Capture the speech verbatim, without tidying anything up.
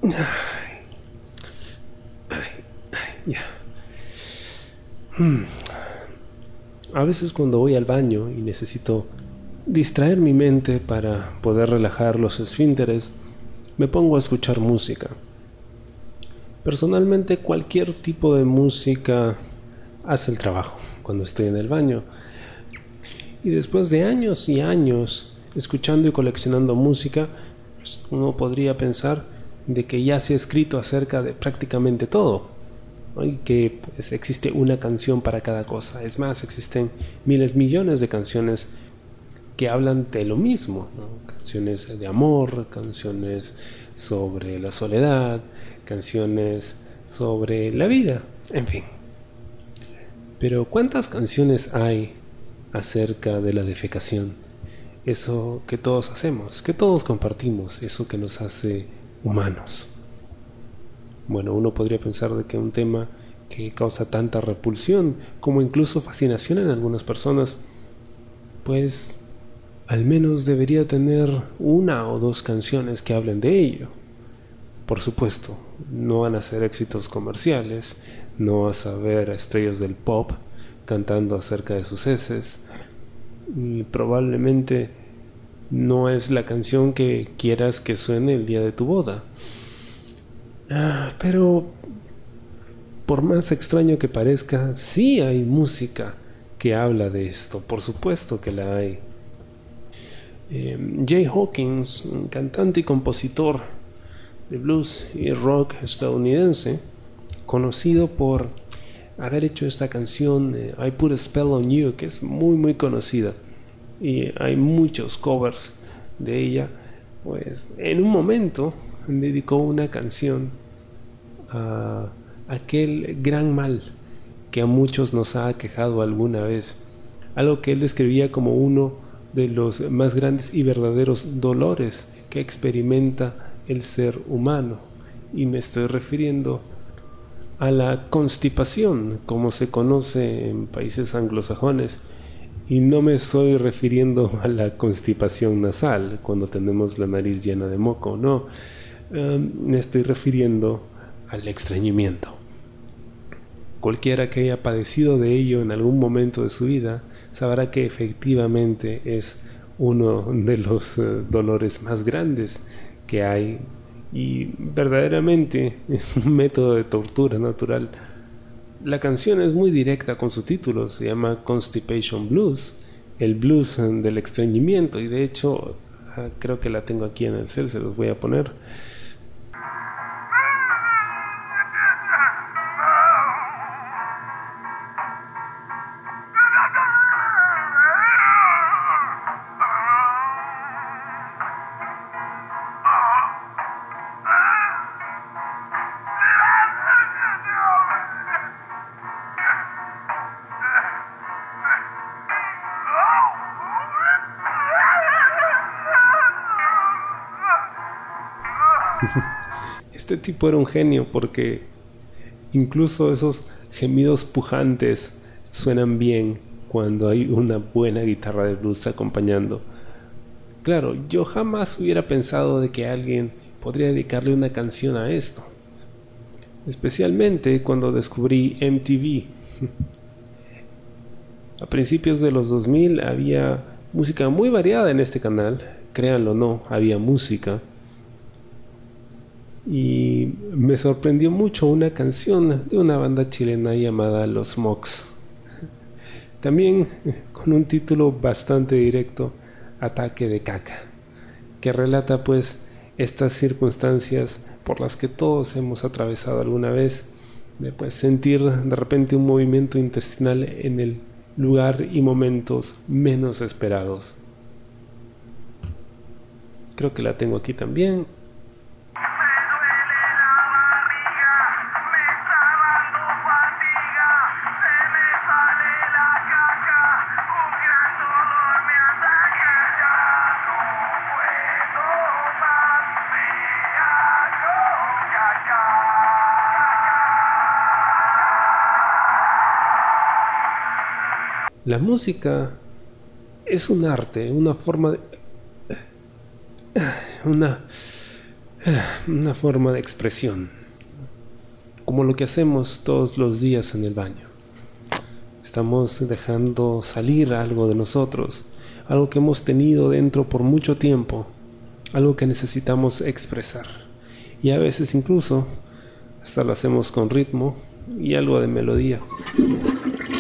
Ya. Hmm. A veces cuando voy al baño y necesito distraer mi mente para poder relajar los esfínteres, me pongo a escuchar música. Personalmente, cualquier tipo de música hace el trabajo cuando estoy en el baño. Y después de años y años escuchando y coleccionando música, pues uno podría pensar de que ya se ha escrito acerca de prácticamente todo, ¿no? Y que pues, existe una canción para cada cosa. Es más, existen miles, millones de canciones que hablan de lo mismo, ¿no? Canciones de amor, canciones sobre la soledad, canciones sobre la vida, en fin. Pero ¿cuántas canciones hay acerca de la defecación? Eso que todos hacemos, que todos compartimos, eso que nos hace humanos. Bueno, uno podría pensar de que un tema que causa tanta repulsión como incluso fascinación en algunas personas, pues al menos debería tener una o dos canciones que hablen de ello. Por supuesto, no van a ser éxitos comerciales, no vas a ver a estrellas del pop cantando acerca de sus heces, y probablemente no es la canción que quieras que suene el día de tu boda. Ah, pero por más extraño que parezca, sí hay música que habla de esto, por supuesto que la hay. Eh, Jay Hawkins, un cantante y compositor de blues y rock estadounidense, conocido por haber hecho esta canción eh, I Put a Spell on You, que es muy muy conocida y hay muchos covers de ella, pues en un momento dedicó una canción a aquel gran mal que a muchos nos ha aquejado alguna vez, algo que él describía como uno de los más grandes y verdaderos dolores que experimenta el ser humano, y me estoy refiriendo a la constipación, como se conoce en países anglosajones, y no me estoy refiriendo a la constipación nasal, cuando tenemos la nariz llena de moco, no, um, me estoy refiriendo al estreñimiento. Cualquiera que haya padecido de ello en algún momento de su vida sabrá que efectivamente es uno de los uh, dolores más grandes que hay, y verdaderamente es un método de tortura natural. La canción es muy directa con su título, se llama Constipation Blues, el blues del estreñimiento, y de hecho uh, creo que la tengo aquí en el cel, se los voy a poner. Este tipo era un genio porque incluso esos gemidos pujantes suenan bien cuando hay una buena guitarra de blues acompañando. Claro, yo jamás hubiera pensado de que alguien podría dedicarle una canción a esto, especialmente cuando descubrí M T V. A principios de los dos mil había música muy variada en este canal, créanlo o no, había música. Y me sorprendió mucho una canción de una banda chilena llamada Los Mox, también con un título bastante directo, Ataque de Caca, que relata pues estas circunstancias por las que todos hemos atravesado alguna vez, de pues sentir de repente un movimiento intestinal en el lugar y momentos menos esperados. Creo que la tengo aquí también. La música es un arte, una forma de... una Una forma de expresión, como lo que hacemos todos los días en el baño. Estamos dejando salir algo de nosotros, algo que hemos tenido dentro por mucho tiempo, algo que necesitamos expresar. Y a veces incluso hasta lo hacemos con ritmo y algo de melodía.